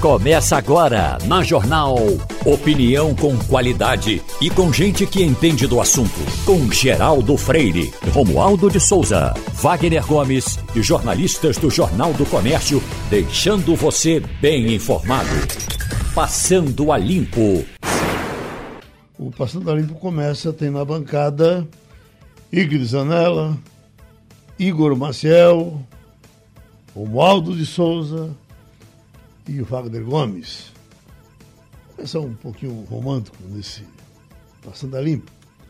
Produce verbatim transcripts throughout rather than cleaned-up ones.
Começa agora na Jornal. Opinião com qualidade e com gente que entende do assunto. Com Geraldo Freire, Romualdo de Souza, Wagner Gomes e jornalistas do Jornal do Comércio, deixando você bem informado. Passando a Limpo. O Passando a Limpo começa, tem na bancada Igor Zanella, Igor Maciel, Romualdo de Souza e o Wagner Gomes. Vou começar um pouquinho romântico nesse Passando a Limpo.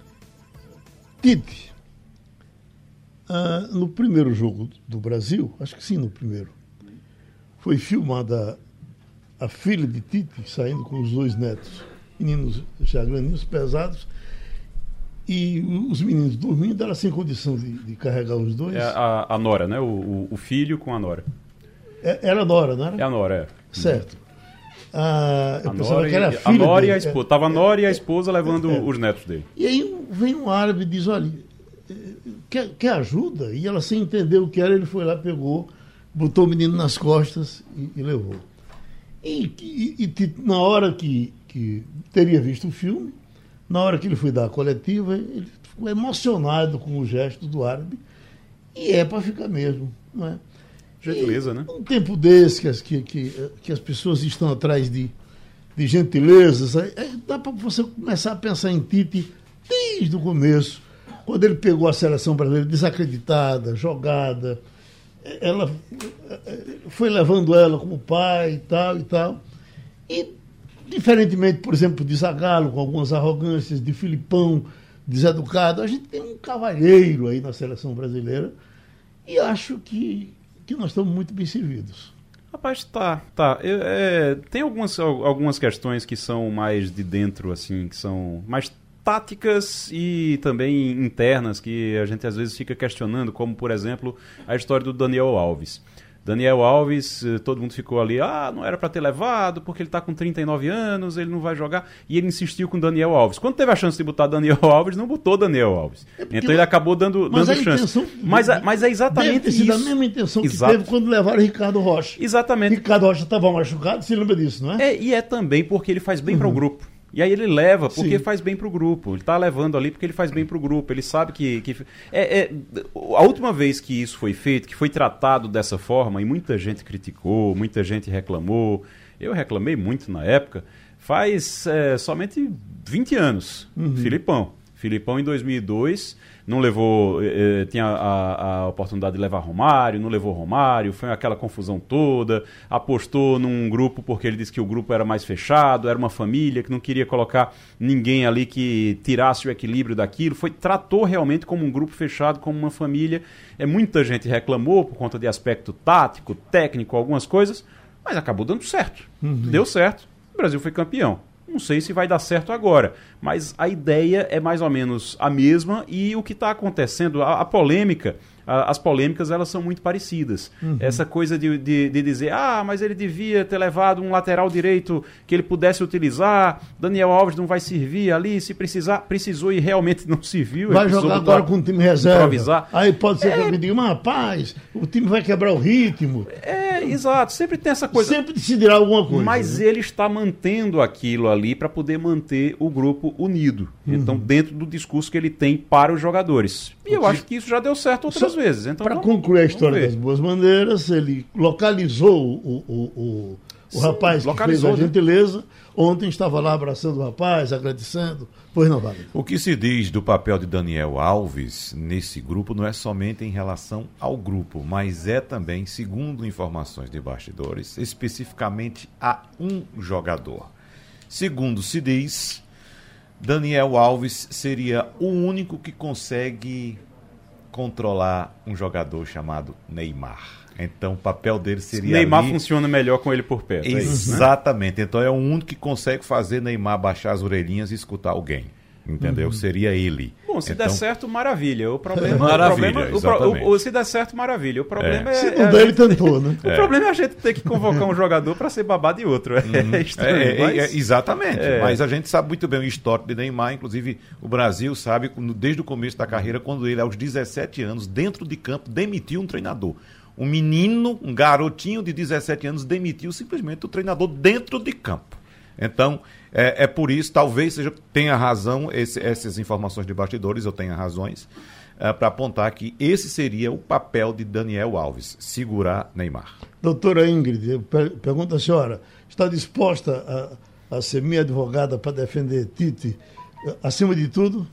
Tite, ah, no primeiro jogo do Brasil, acho que sim, no primeiro, foi filmada a filha de Tite saindo com os dois netos, meninos já grandinhos, pesados, e os meninos dormindo, ela sem condição de, de carregar os dois. É a, a Nora, né? O, o, o filho com a Nora. É, era a Nora, não era? É a Nora, é. Certo. Ah, eu a pensava Nora, que era a e, filha a Nora dele. e a esposa. Tava a Nora e a esposa levando é, é. os netos dele. E aí vem um árabe e diz, olha, quer, quer ajuda? E ela, sem entender o que era, ele foi lá, pegou, botou o menino nas costas e, e levou. E, e, e na hora que, que teria visto o filme, na hora que ele foi dar a coletiva, ele ficou emocionado com o gesto do árabe. E é para ficar mesmo, não é? Gentileza, né? Um tempo desse que as, que, que, que as pessoas estão atrás de, de gentilezas, aí, aí dá para você começar a pensar em Tite desde o começo, quando ele pegou a seleção brasileira desacreditada, jogada, ela foi levando ela como pai e tal e tal. E, diferentemente, por exemplo, de Zagallo, com algumas arrogâncias, de Filipão, deseducado, a gente tem um cavalheiro aí na seleção brasileira e acho que que nós estamos muito bem servidos. Rapaz, tá, tá. Eu, é, tem algumas, algumas questões que são mais de dentro, assim, que são mais táticas e também internas, que a gente às vezes fica questionando, como, por exemplo, a história do Daniel Alves. Daniel Alves, todo mundo ficou ali, ah, não era para ter levado, porque ele está com trinta e nove anos, ele não vai jogar. E ele insistiu com Daniel Alves. Quando teve a chance de botar Daniel Alves, não botou Daniel Alves. É então ele acabou dando, dando chance. Intenção, mas, mas é exatamente isso. Deve ter sido a mesma intenção que Exato. teve quando levaram Ricardo Rocha. Exatamente. Ricardo Rocha estava machucado, você lembra disso, não é? é? E é também porque ele faz bem uhum. para o grupo. E aí ele leva porque Sim. faz bem pro grupo. Ele tá levando ali porque ele faz bem pro grupo. Ele sabe que... que é, é, a última vez que isso foi feito, que foi tratado dessa forma, e muita gente criticou, muita gente reclamou, eu reclamei muito na época, faz é, somente vinte anos. Uhum. Filipão. Filipão em dois mil e dois não levou, eh, tinha a, a oportunidade de levar Romário, não levou Romário, foi aquela confusão toda, apostou num grupo porque ele disse que o grupo era mais fechado, era uma família, que não queria colocar ninguém ali que tirasse o equilíbrio daquilo, foi, tratou realmente como um grupo fechado, como uma família. É, muita gente reclamou por conta de aspecto tático, técnico, algumas coisas, mas acabou dando certo, uhum. deu certo, o Brasil foi campeão. Não sei se vai dar certo agora, mas a ideia é mais ou menos a mesma e o que está acontecendo, a, a polêmica, a, as polêmicas elas são muito parecidas. Uhum. Essa coisa de, de, de dizer, ah, mas ele devia ter levado um lateral direito que ele pudesse utilizar, Daniel Alves não vai servir ali, se precisar, precisou e realmente não serviu. Vai jogar agora com o time reserva. Improvisar. Aí pode ser é... que alguém diga, mas rapaz, o time vai quebrar o ritmo. É, exato, sempre tem essa coisa. Sempre decidirá alguma coisa. Mas né? ele está mantendo aquilo ali para poder manter o grupo unido. Uhum. Então, dentro do discurso que ele tem para os jogadores. E eu acho que isso já deu certo outras Só vezes. Então, para concluir a história das boas maneiras, ele localizou o, o, o, o Sim, rapaz que fez a gentileza. Ontem estava lá abraçando o rapaz, agradecendo. Pois não, Wagner. O que se diz do papel de Daniel Alves nesse grupo não é somente em relação ao grupo, mas é também, segundo informações de bastidores, especificamente a um jogador. Segundo se diz, Daniel Alves seria o único que consegue controlar um jogador chamado Neymar. Então o papel dele seria Neymar ali... funciona melhor com ele por perto. Exatamente. É isso, né? Então é o único que consegue fazer Neymar baixar as orelhinhas e escutar alguém. Entendeu? Uhum. Seria ele. Bom, se então... der certo, maravilha. O problema, maravilha, o problema, exatamente. O, o, se der certo, maravilha. O problema é... é se não der, ele tentou, né? O é. problema é a gente ter que convocar um jogador para ser babado de outro. Uhum. É estranho. É, mas... é, exatamente. É. Mas a gente sabe muito bem o histórico de Neymar. Inclusive, o Brasil sabe, desde o começo da carreira, quando ele, aos dezessete anos, dentro de campo, demitiu um treinador. Um menino, um garotinho de dezessete anos demitiu simplesmente o treinador dentro de campo. Então, é, é por isso, talvez seja, tenha razão, esse, essas informações de bastidores, eu tenha razões, é, para apontar que esse seria o papel de Daniel Alves, segurar Neymar. Doutora Ingrid, eu per- pergunto à senhora, está disposta a, a ser minha advogada para defender Tite, acima de tudo?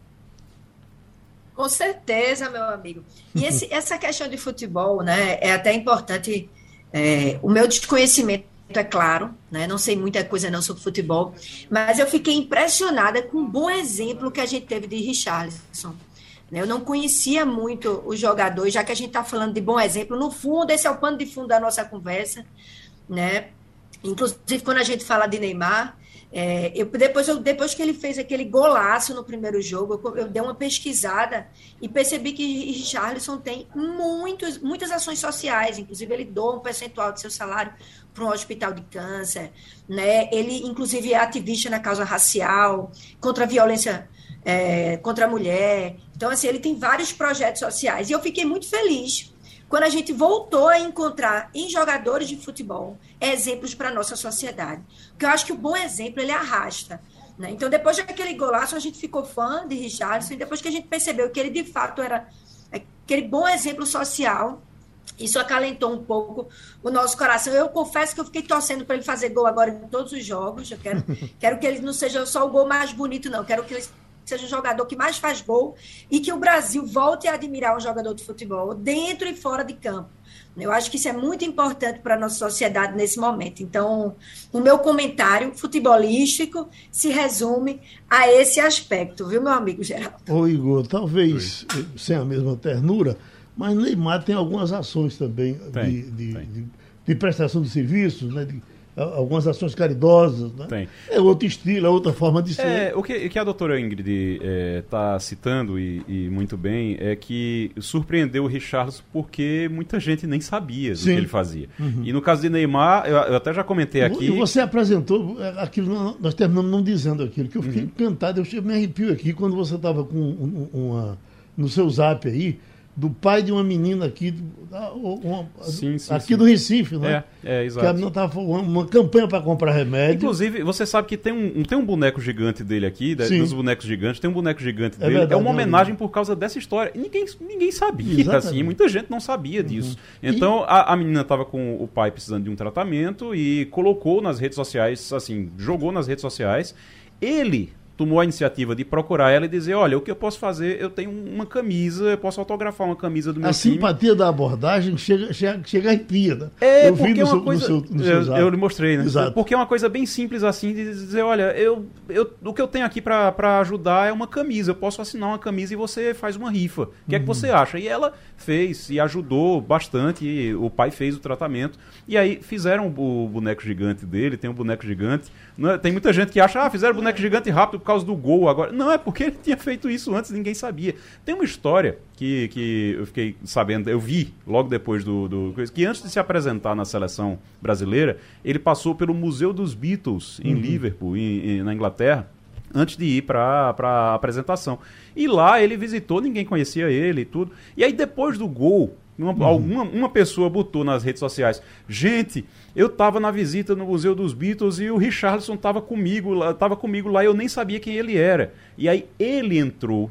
Com certeza, meu amigo. E esse, essa questão de futebol, né, é até importante, é, o meu desconhecimento, é claro, né, não sei muita coisa não sobre futebol, mas eu fiquei impressionada com o bom exemplo que a gente teve de Richarlison. Eu não conhecia muito o jogador, já que a gente está falando de bom exemplo, no fundo, esse é o pano de fundo da nossa conversa, né? Inclusive, quando a gente fala de Neymar, é, eu, depois, eu, depois que ele fez aquele golaço no primeiro jogo, eu, eu dei uma pesquisada e percebi que Richarlison tem muitos, muitas ações sociais, inclusive ele doa um percentual do seu salário para um hospital de câncer, né? Ele, inclusive, é ativista na causa racial, contra a violência é, contra a mulher. Então, assim, ele tem vários projetos sociais. E eu fiquei muito feliz quando a gente voltou a encontrar em jogadores de futebol exemplos para a nossa sociedade. Porque eu acho que o bom exemplo, ele arrasta. Né? Então, depois daquele golaço, a gente ficou fã de Richarlison, e depois que a gente percebeu que ele, de fato, era aquele bom exemplo social, isso acalentou um pouco o nosso coração. Eu confesso que eu fiquei torcendo para ele fazer gol agora em todos os jogos. Eu quero, quero que ele não seja só o gol mais bonito, não. Quero que ele seja o jogador que mais faz gol e que o Brasil volte a admirar um jogador de futebol dentro e fora de campo. Eu acho que isso é muito importante para a nossa sociedade nesse momento. Então, o meu comentário futebolístico se resume a esse aspecto, viu, meu amigo Geraldo? Ô, Igor, talvez Oi. sem a mesma ternura, mas Neymar tem algumas ações também tem, de, de, tem. de, de prestação de serviços, né, de, algumas ações caridosas, né? Tem. É outro estilo, é outra forma de ser. É, o que, que a doutora Ingrid está é, citando, e, e muito bem, é que surpreendeu o Richarlison porque muita gente nem sabia Sim. do que ele fazia. Uhum. E no caso de Neymar, eu, eu até já comentei aqui... E você apresentou aquilo, nós terminamos não dizendo aquilo, que eu fiquei uhum. encantado, eu me arrepio aqui quando você estava com uma, no seu zap aí, do pai de uma menina aqui, uma, sim, sim, aqui sim. do Recife, né? É, é, exato. Que a menina estava uma, uma campanha para comprar remédio. Inclusive, você sabe que tem um, tem um boneco gigante dele aqui, da, dos bonecos gigantes, tem um boneco gigante é dele, verdade, é uma homenagem por causa dessa história. E ninguém, ninguém sabia, Exatamente. assim, muita gente não sabia disso. Uhum. Então, e... a, a menina estava com o pai precisando de um tratamento e colocou nas redes sociais, assim, jogou nas redes sociais. Ele tomou a iniciativa de procurar ela e dizer, olha, o que eu posso fazer, eu tenho uma camisa, eu posso autografar uma camisa do meu a time. A simpatia da abordagem chega, chega, chega a arrepia, né? É, eu porque vi é no uma seu, coisa... no seu, no eu, seu eu lhe mostrei, né? Exato. Porque é uma coisa bem simples assim, de dizer, olha, eu, eu, o que eu tenho aqui para ajudar é uma camisa, eu posso assinar uma camisa e você faz uma rifa. O que uhum. é que você acha? E ela fez e ajudou bastante, e o pai fez o tratamento, e aí fizeram o boneco gigante dele, tem um boneco gigante. Tem muita gente que acha, ah, fizeram o boneco gigante rápido por causa do gol agora. Não, é porque ele tinha feito isso antes, ninguém sabia. Tem uma história que, que eu fiquei sabendo, eu vi logo depois do, do... que antes de se apresentar na seleção brasileira, ele passou pelo Museu dos Beatles, em uhum. Liverpool, em, em, na Inglaterra, antes de ir para a apresentação. E lá ele visitou, ninguém conhecia ele e tudo. E aí depois do gol, Uma, uhum. alguma, uma pessoa botou nas redes sociais, gente, eu estava na visita no Museu dos Beatles e o Richarlison estava comigo, tava comigo lá e eu nem sabia quem ele era. E aí ele entrou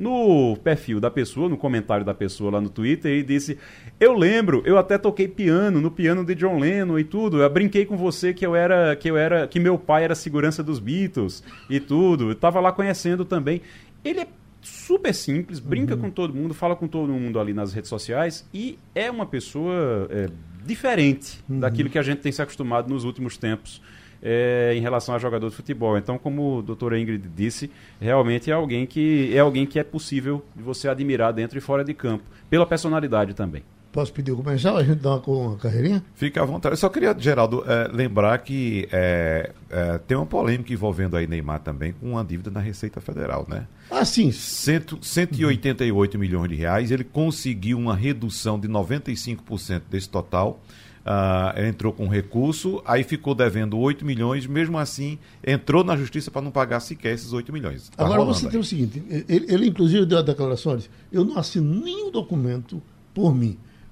no perfil da pessoa, no comentário da pessoa lá no Twitter e disse, eu lembro, eu até toquei piano, no piano de John Lennon e tudo, eu brinquei com você que eu era, que eu era, que meu pai era segurança dos Beatles e tudo, eu estava lá conhecendo também. Ele é super simples, brinca uhum. com todo mundo, fala com todo mundo ali nas redes sociais e é uma pessoa é, diferente uhum. daquilo que a gente tem se acostumado nos últimos tempos é, em relação a jogador de futebol. Então, como a doutora Ingrid disse, realmente é alguém que é alguém que é possível de você admirar dentro e fora de campo, pela personalidade também. Posso pedir o comercial? A gente dá uma, uma carreirinha? Fica à vontade. Eu só queria, Geraldo, é, lembrar que é, é, tem uma polêmica envolvendo aí Neymar também com uma dívida na Receita Federal, né? Ah, sim. cento e oitenta e oito uhum. milhões de reais. Ele conseguiu uma redução de noventa e cinco por cento desse total. Uh, ele entrou com recurso, aí ficou devendo oito milhões, mesmo assim entrou na justiça para não pagar sequer esses oito milhões. Tá Agora você aí. tem o seguinte, ele, ele inclusive deu a declaração, disse, eu não assino nenhum documento por mim,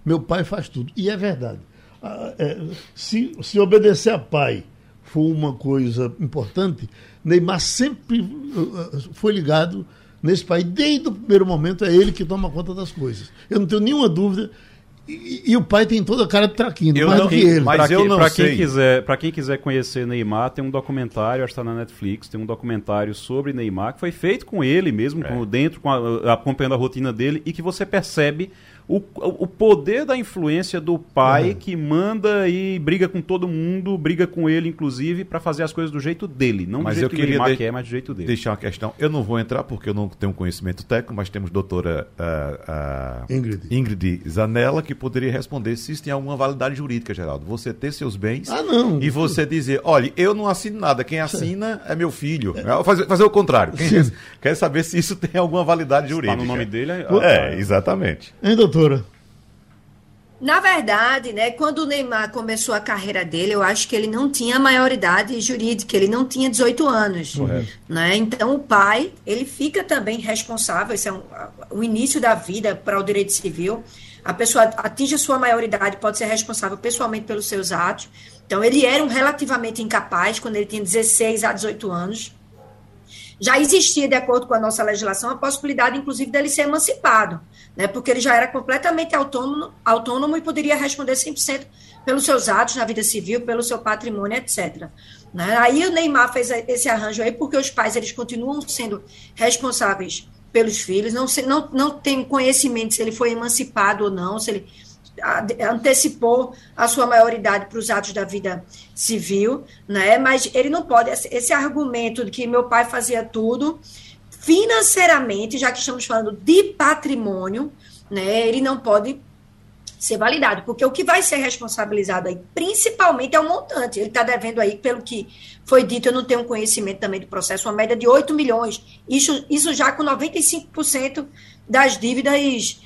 meu pai faz tudo. E é verdade. Ah, é, se, se obedecer a pai for uma coisa importante, Neymar sempre uh, foi ligado nesse país. Desde o primeiro momento é ele que toma conta das coisas. Eu não tenho nenhuma dúvida. E, e o pai tem toda a cara de traquino, eu mais não, do que ele. Mas pra eu que, não pra sei. Quem quiser, pra quem quiser conhecer Neymar, tem um documentário, acho que está na Netflix, tem um documentário sobre Neymar, que foi feito com ele mesmo, é. com, dentro, com a, acompanhando a rotina dele, e que você percebe o, o poder da influência do pai, uhum. que manda e briga com todo mundo, briga com ele, inclusive, para fazer as coisas do jeito dele. Não mas do jeito eu que o Neymar de... quer, mas do jeito dele. Deixar uma questão. Eu não vou entrar porque eu não tenho conhecimento técnico, mas temos doutora uh, uh, Ingrid. Ingrid Zanella, que poderia responder se isso tem alguma validade jurídica, Geraldo. Você ter seus bens ah, não. e você dizer, olha, eu não assino nada, quem assina é meu filho. É. Fazer, fazer o contrário. Quem quer saber se isso tem alguma validade jurídica. Está no nome dele. É, é exatamente. Hein, doutora? Na verdade, né, quando o Neymar começou a carreira dele, eu acho que ele não tinha maioridade jurídica, ele não tinha dezoito anos. Correto. Né? Então, o pai, ele fica também responsável, esse é um, o início da vida para o direito civil. A pessoa atinge a sua maioridade, pode ser responsável pessoalmente pelos seus atos. Então, ele era um relativamente incapaz quando ele tinha dezesseis a dezoito anos. Já existia, de acordo com a nossa legislação, a possibilidade, inclusive, dele ser emancipado, né? Porque ele já era completamente autônomo, autônomo e poderia responder cem por cento pelos seus atos na vida civil, pelo seu patrimônio, etcétera. Né? Aí o Neymar fez esse arranjo aí porque os pais eles continuam sendo responsáveis pelos filhos, não, não, não tem conhecimento se ele foi emancipado ou não, se ele antecipou a sua maioridade para os atos da vida civil, né? Mas ele não pode, esse argumento de que meu pai fazia tudo, financeiramente, já que estamos falando de patrimônio, né? Ele não pode ser validado, porque o que vai ser responsabilizado aí, principalmente, é o montante. Ele está devendo aí, pelo que foi dito, eu não tenho conhecimento também do processo, uma média de oito milhões, isso, isso já com noventa e cinco por cento das dívidas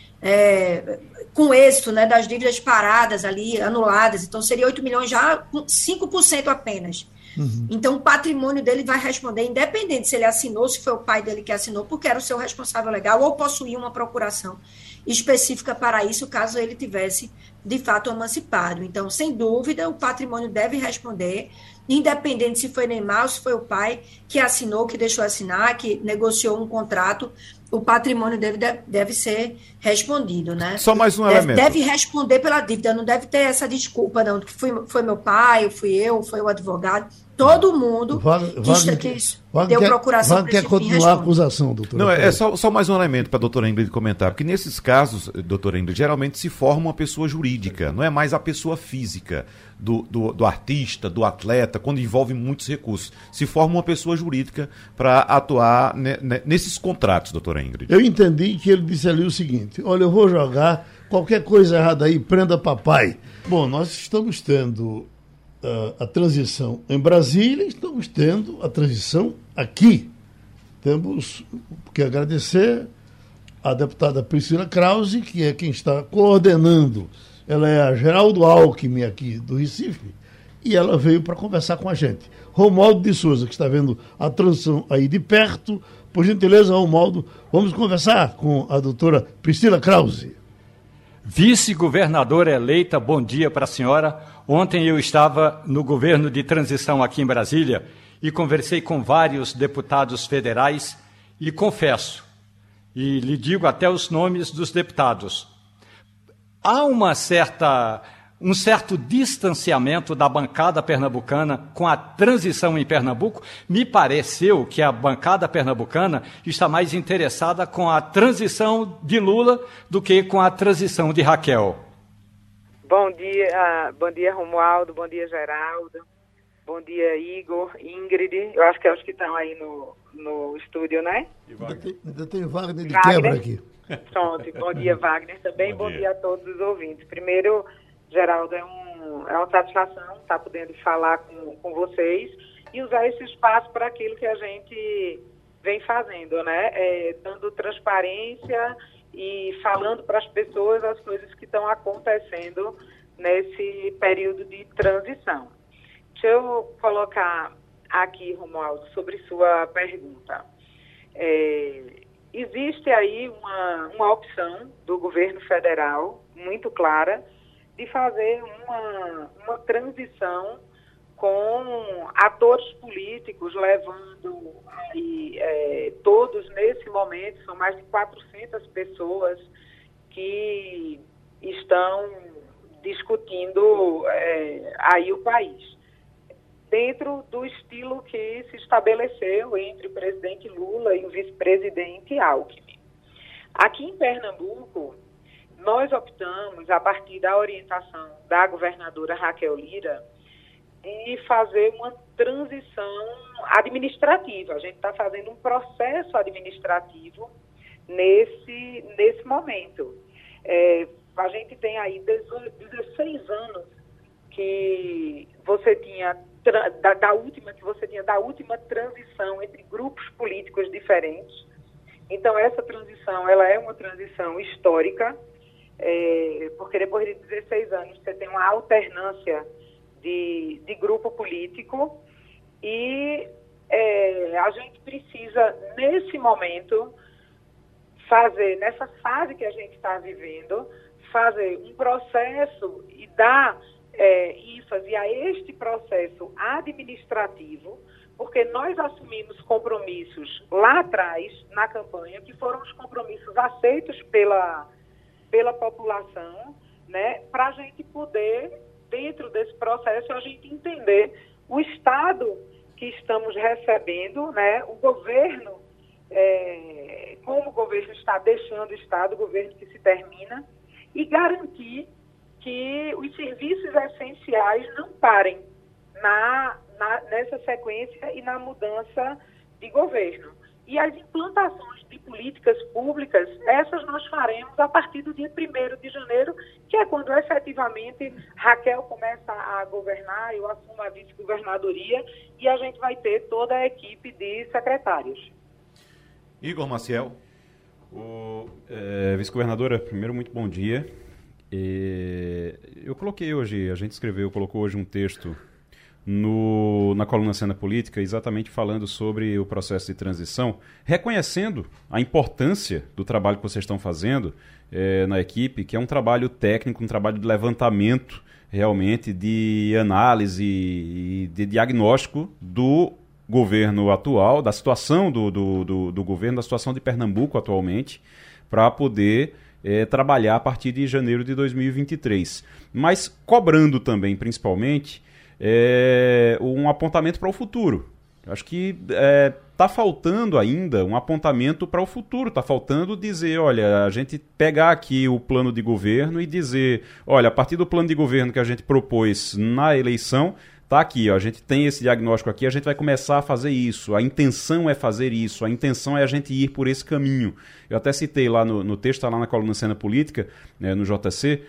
é, com êxito, né, das dívidas paradas ali, anuladas, então seria oito milhões já com cinco por cento apenas. Uhum. Então o patrimônio dele vai responder, independente se ele assinou, se foi o pai dele que assinou, porque era o seu responsável legal, ou possuía uma procuração específica para isso, caso ele tivesse de fato emancipado. Então, sem dúvida, o patrimônio deve responder, independente se foi Neymar ou se foi o pai que assinou, que deixou assinar, que negociou um contrato, o patrimônio deve, deve ser respondido, né? Só mais um deve, elemento. Deve responder pela dívida, não deve ter essa desculpa, não, que foi, foi meu pai, fui eu, foi o advogado. Todo mundo Wagner, que, que Wagner deu procuração Wagner quer continuar a acusação, doutora. Não, é, é só, só mais um elemento para a doutora Ingrid comentar, porque nesses casos, doutora Ingrid, geralmente se forma uma pessoa jurídica, não é mais a pessoa física do, do, do artista, do atleta, quando envolve muitos recursos. Se forma uma pessoa jurídica para atuar ne, ne, nesses contratos, doutora Ingrid. Eu entendi que ele disse ali o seguinte, olha, eu vou jogar, qualquer coisa errada aí, prenda papai. Bom, nós estamos tendo Uh, a transição em Brasília, estamos tendo a transição aqui. Temos que agradecer à deputada Priscila Krause, que é quem está coordenando. Ela é a Geraldo Alckmin aqui do Recife, e ela veio para conversar com a gente. Romualdo de Souza, que está vendo a transição aí de perto. Por gentileza, Romualdo, vamos conversar com a doutora Priscila Krause. Vice-governadora eleita, bom dia para a senhora. Ontem eu estava no governo de transição aqui em Brasília e conversei com vários deputados federais e confesso, e lhe digo até os nomes dos deputados, há uma certa, um certo distanciamento da bancada pernambucana com a transição em Pernambuco. Me pareceu que a bancada pernambucana está mais interessada com a transição de Lula do que com a transição de Raquel. Bom dia, bom dia Romualdo, bom dia Geraldo, bom dia Igor, Ingrid, eu acho que é os que estão aí no, no estúdio, né? Ainda tem, ainda tem Wagner de Wagner. quebra aqui. Pronto, bom dia Wagner também, bom, bom dia. dia a todos os ouvintes. Primeiro, Geraldo, é, um, é uma satisfação estar podendo falar com, com vocês e usar esse espaço para aquilo que a gente vem fazendo, né? É, dando transparência e falando para as pessoas as coisas que estão acontecendo nesse período de transição. Deixa eu colocar aqui, Romualdo, sobre sua pergunta. É, existe aí uma, uma opção do governo federal muito clara de fazer uma, uma transição com atores políticos levando aí, é, todos nesse momento, são mais de quatrocentas pessoas que estão discutindo é, aí o país, dentro do estilo que se estabeleceu entre o presidente Lula e o vice-presidente Alckmin. Aqui em Pernambuco, nós optamos, a partir da orientação da governadora Raquel Lira, de fazer uma transição administrativa. A gente está fazendo um processo administrativo nesse, nesse momento. É, a gente tem aí dezesseis anos que você tinha, da, da última, que você tinha da última transição entre grupos políticos diferentes. Então, essa transição, ela é uma transição histórica, é, porque depois de dezesseis anos você tem uma alternância De, de grupo político e é, a gente precisa, nesse momento, fazer, nessa fase que a gente está vivendo, fazer um processo e dar é, ênfase a este processo administrativo, porque nós assumimos compromissos lá atrás, na campanha, que foram os compromissos aceitos pela, pela população, né, para a gente poder, dentro desse processo, a gente entender o estado que estamos recebendo, né, o governo, é, como o governo está deixando o estado, o governo que se termina, e garantir que os serviços essenciais não parem na, na, nessa sequência e na mudança de governo. E as implantações de políticas públicas, essas nós faremos a partir do dia primeiro de janeiro, que é quando efetivamente Raquel começa a governar, eu assumo a vice-governadoria e a gente vai ter toda a equipe de secretários. Igor Maciel. O, é, vice-governadora, primeiro, muito bom dia. E eu coloquei hoje, a gente escreveu, colocou hoje um texto No, na coluna Cena Política, exatamente falando sobre o processo de transição, reconhecendo a importância do trabalho que vocês estão fazendo é, na equipe, que é um trabalho técnico, um trabalho de levantamento, realmente, de análise e de diagnóstico do governo atual, da situação do, do, do, do governo, da situação de Pernambuco atualmente, para poder é, trabalhar a partir de janeiro de dois mil e vinte e três. Mas cobrando também, principalmente, É um apontamento para o futuro. Acho que está é, faltando ainda um apontamento para o futuro. Está faltando dizer, olha, a gente pegar aqui o plano de governo e dizer, olha, a partir do plano de governo que a gente propôs na eleição, está aqui, ó, a gente tem esse diagnóstico aqui, a gente vai começar a fazer isso. A intenção é fazer isso, a intenção é a gente ir por esse caminho. Eu até citei lá no, no texto, está lá na coluna Cena Política, né, no J C,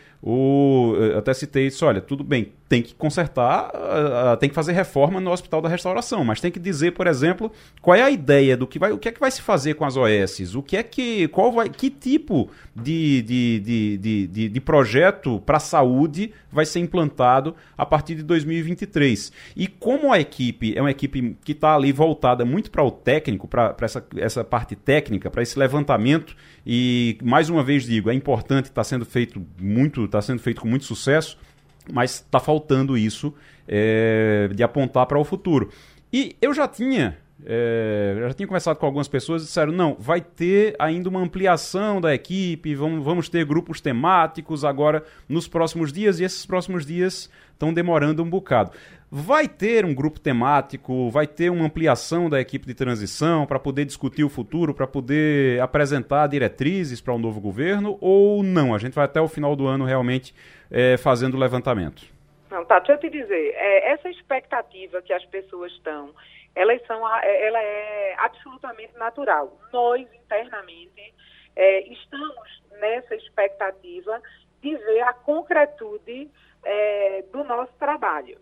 o, eu até citei isso, olha, tudo bem, tem que consertar, uh, uh, tem que fazer reforma no Hospital da Restauração, mas tem que dizer, por exemplo, qual é a ideia do que vai, o que é que vai se fazer com as O S, o que é que, qual vai, que tipo de, de, de, de, de, de projeto para a saúde vai ser implantado a partir de dois mil e vinte e três. E como a equipe é uma equipe que está ali voltada muito para o técnico, para essa, essa parte técnica, para esse levantamento, e mais uma vez digo, é importante, está sendo feito muito, está sendo feito com muito sucesso, mas está faltando isso é, de apontar para o futuro. E eu já tinha, é, já tinha conversado com algumas pessoas e disseram, não, vai ter ainda uma ampliação da equipe, vamos, vamos ter grupos temáticos agora nos próximos dias, e esses próximos dias estão demorando um bocado. Vai ter um grupo temático, vai ter uma ampliação da equipe de transição para poder discutir o futuro, para poder apresentar diretrizes para o novo governo, ou não? A gente vai até o final do ano realmente é, fazendo o levantamento? Não, tá, deixa eu te dizer, é, essa expectativa que as pessoas estão, elas são, ela é absolutamente natural. Nós, internamente, é, estamos nessa expectativa de ver a concretude é, do nosso trabalho.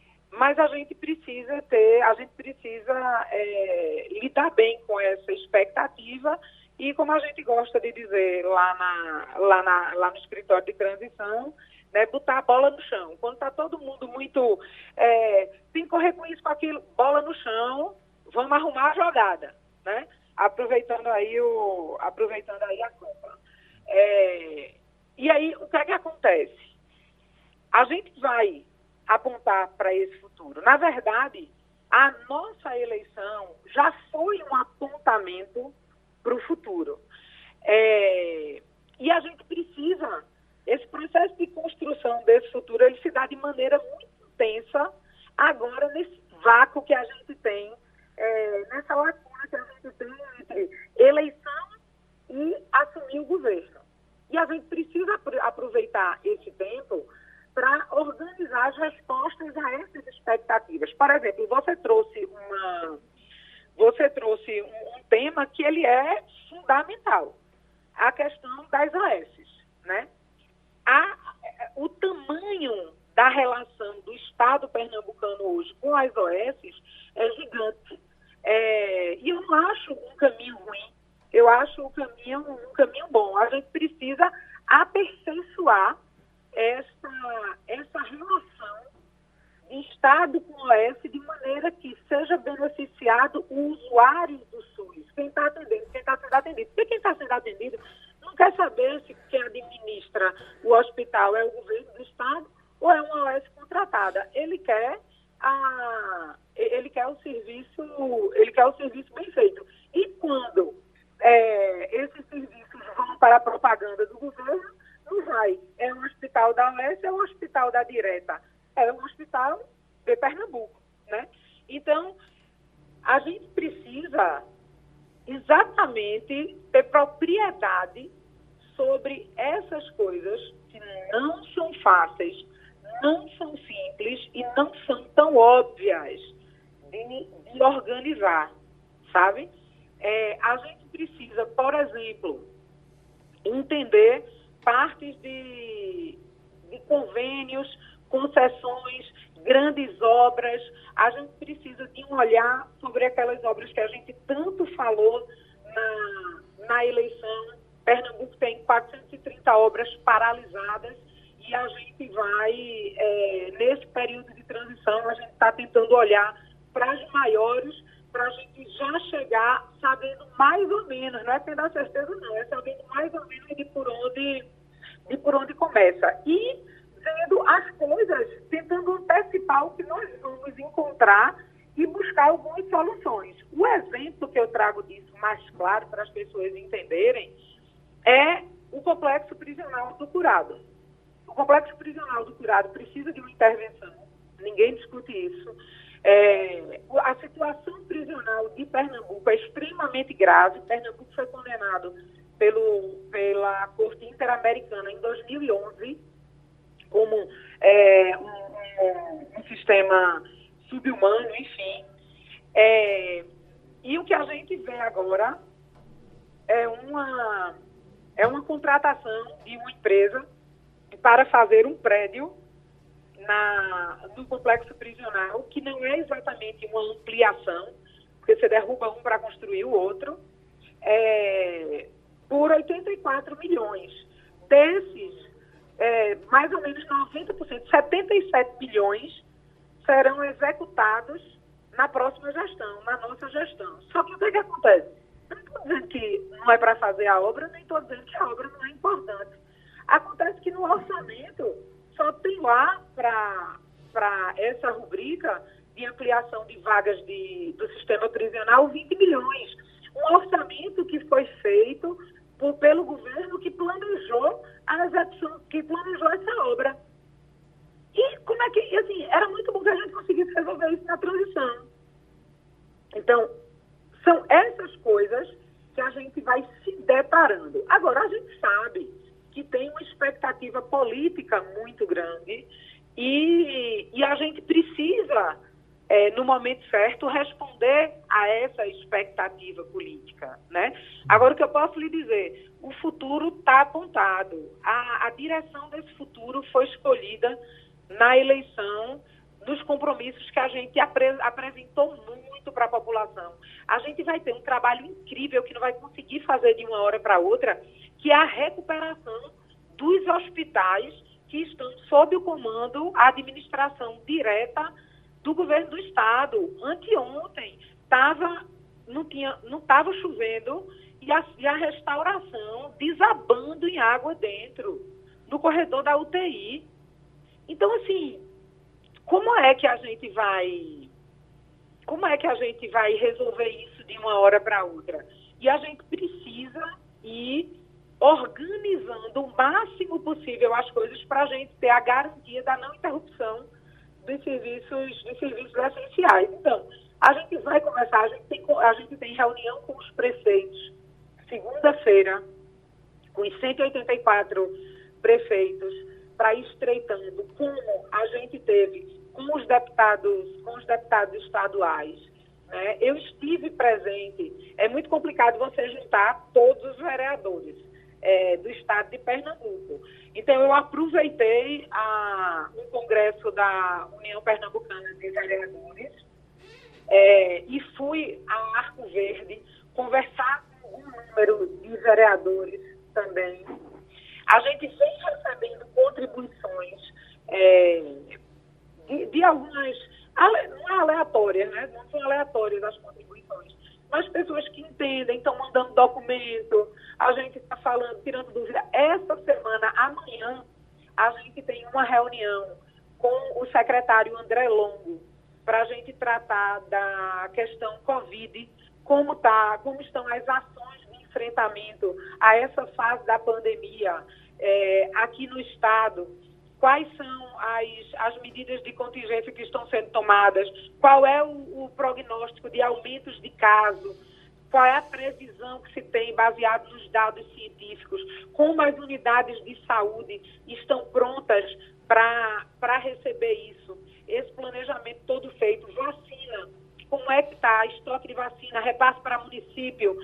Mas a gente precisa ter, a gente precisa é, lidar bem com essa expectativa e, como a gente gosta de dizer lá, na, lá, na, lá no escritório de transição, né, botar a bola no chão. Quando está todo mundo muito, é, tem que correr com isso, com aquilo, bola no chão, vamos arrumar a jogada, né? Aproveitando aí, o, aproveitando aí a Copa. É, E aí, o que é que acontece? A gente vai apontar para esse futuro. Na verdade, a nossa eleição já foi um apontamento para o futuro. É, e a gente precisa, esse processo de construção desse futuro, ele se dá de maneira muito intensa agora nesse vácuo que a gente tem, é, nessa lacuna que a gente tem entre eleição e assumir o governo. E a gente precisa aproveitar esse tempo para organizar as respostas a essas expectativas. Por exemplo, você trouxe uma, você trouxe um, um tema que ele é fundamental, a questão das O S, né? A, o tamanho da relação do Estado pernambucano hoje com as O S é gigante. É, e eu não acho um caminho ruim, eu acho um caminho, um caminho bom. A gente precisa aperfeiçoar essa, essa relação de Estado com o O S de maneira que seja beneficiado o usuário do SUS, quem está atendendo, quem está sendo atendido. Porque quem está sendo atendido não quer saber se quem administra o hospital é o governo do Estado ou é uma O S contratada. Ele quer, a, ele quer, o, serviço, ele quer o serviço bem feito. E quando é, esses serviços vão para a propaganda do governo, não vai. É um hospital da O S, é um hospital da direta. É um hospital de Pernambuco, né? Então, a gente precisa exatamente ter propriedade sobre essas coisas que não são fáceis, não são simples e não são tão óbvias de, de organizar, sabe? É, a gente precisa, por exemplo, entender partes de, de convênios, concessões, grandes obras. A gente precisa de um olhar sobre aquelas obras que a gente tanto falou na, na eleição. Pernambuco tem quatrocentas e trinta obras paralisadas e a gente vai, é, nesse período de transição, a gente está tentando olhar para as maiores, para a gente já chegar sabendo mais ou menos, não é tendo a certeza não, é sabendo mais ou menos de por onde, de por onde começa. E vendo as coisas, tentando antecipar o que nós vamos encontrar e buscar algumas soluções. O exemplo que eu trago disso mais claro para as pessoas entenderem é o complexo prisional do Curado. O complexo prisional do Curado precisa de uma intervenção, ninguém discute isso. É, a situação prisional de Pernambuco é extremamente grave. Pernambuco foi condenado pelo, pela Corte Interamericana em dois mil e onze como é, um, um, um sistema subhumano, enfim. É, e o que a gente vê agora é uma, é uma contratação de uma empresa para fazer um prédio na, no complexo prisional, que não é exatamente uma ampliação, porque você derruba um para construir o outro, é, por oitenta e quatro milhões. Desses, é, mais ou menos noventa por cento, setenta e sete bilhões, serão executados na próxima gestão, na nossa gestão. Só que o que, é que acontece? Eu não estou dizendo que não é para fazer a obra, nem estou dizendo que a obra não é importante. Acontece que no orçamento só tem lá para essa rubrica de ampliação de vagas de, do sistema prisional vinte milhões. Um orçamento que foi feito por, pelo governo que planejou a execução, que planejou essa obra. E como é que, assim, era muito bom que a gente conseguisse resolver isso na transição. Então, são essas coisas que a gente vai se deparando. Agora, a gente sabe que tem uma expectativa política muito grande e, e a gente precisa, é, no momento certo, responder a essa expectativa política, né? Agora, o que eu posso lhe dizer, o futuro está apontado. A, a direção desse futuro foi escolhida na eleição dos compromissos que a gente apre, apresentou muito para a população. A gente vai ter um trabalho incrível que não vai conseguir fazer de uma hora para outra, que é a recuperação dos hospitais que estão sob o comando, a administração direta do governo do Estado. Anteontem tava, não tinha, não estava chovendo e a, e a restauração desabando em água dentro. no corredor da U T I. Então, assim, como é que a gente vai, como é que a gente vai resolver isso de uma hora para outra? E a gente precisa ir organizando o máximo possível as coisas para a gente ter a garantia da não interrupção dos serviços, dos serviços essenciais. Então, a gente vai começar, a gente tem, a gente tem reunião com os prefeitos, segunda-feira, com os cento e oitenta e quatro prefeitos, para ir estreitando como a gente teve com os deputados, com os deputados estaduais. Né? Eu estive presente, é muito complicado você juntar todos os vereadores é, do estado de Pernambuco. Então, eu aproveitei a, um congresso da União Pernambucana de Vereadores é, e fui a Arco Verde conversar com um número de vereadores também. A gente vem recebendo contribuições é, de, de algumas, não é aleatórias, né? Não são aleatórias as contribuições, mas pessoas que entendem, estão mandando documento, a gente está falando, tirando dúvida. Essa semana, amanhã, a gente tem uma reunião com o secretário André Longo para a gente tratar da questão Covid, como, tá, como estão as ações de enfrentamento a essa fase da pandemia é, aqui no estado, quais são as, as medidas de contingência que estão sendo tomadas, qual é o, o prognóstico de aumentos de casos, qual é a previsão que se tem baseado nos dados científicos, como as unidades de saúde estão prontas para receber isso, esse planejamento todo feito, vacina, como é que está, estoque de vacina, repasse para município,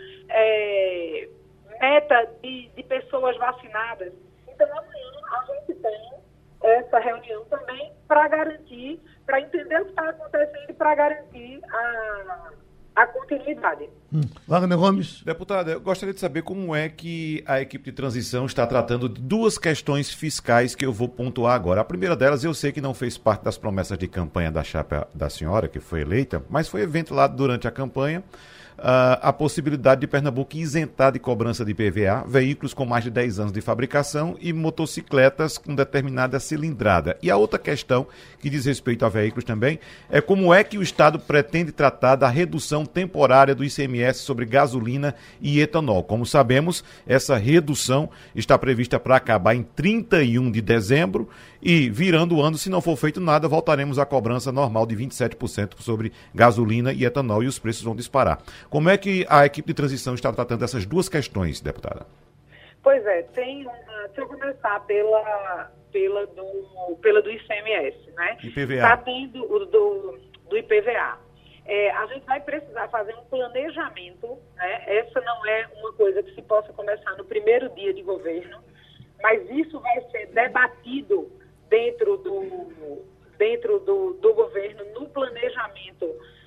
é, meta de, de pessoas vacinadas. Então, amanhã a gente tem essa reunião também para garantir, para entender o que está acontecendo e para garantir a, a continuidade. Hum. Wagner Gomes. Deputada, eu gostaria de saber como é que a equipe de transição está tratando de duas questões fiscais que eu vou pontuar agora. A primeira delas, eu sei que não fez parte das promessas de campanha da chapa da senhora, que foi eleita, mas foi ventilado durante a campanha Uh, a possibilidade de Pernambuco isentar de cobrança de I P V A veículos com mais de dez anos de fabricação e motocicletas com determinada cilindrada. E a outra questão, que diz respeito a veículos também, é como é que o Estado pretende tratar da redução temporária do I C M S sobre gasolina e etanol. Como sabemos, essa redução está prevista para acabar em trinta e um de dezembro e, virando o ano, se não for feito nada, voltaremos à cobrança normal de vinte e sete por cento sobre gasolina e etanol e os preços vão disparar. Como é que a equipe de transição está tratando essas duas questões, deputada? Pois é, tem uma, deixa eu começar pela, pela, do, pela do I C M S, né? I P V A. Está tendo o do, do I P V A. É, a gente vai precisar fazer um planejamento, né? Essa não é uma coisa que se possa começar no primeiro dia de governo, mas isso vai ser debatido dentro do, dentro do, do governo no planejamento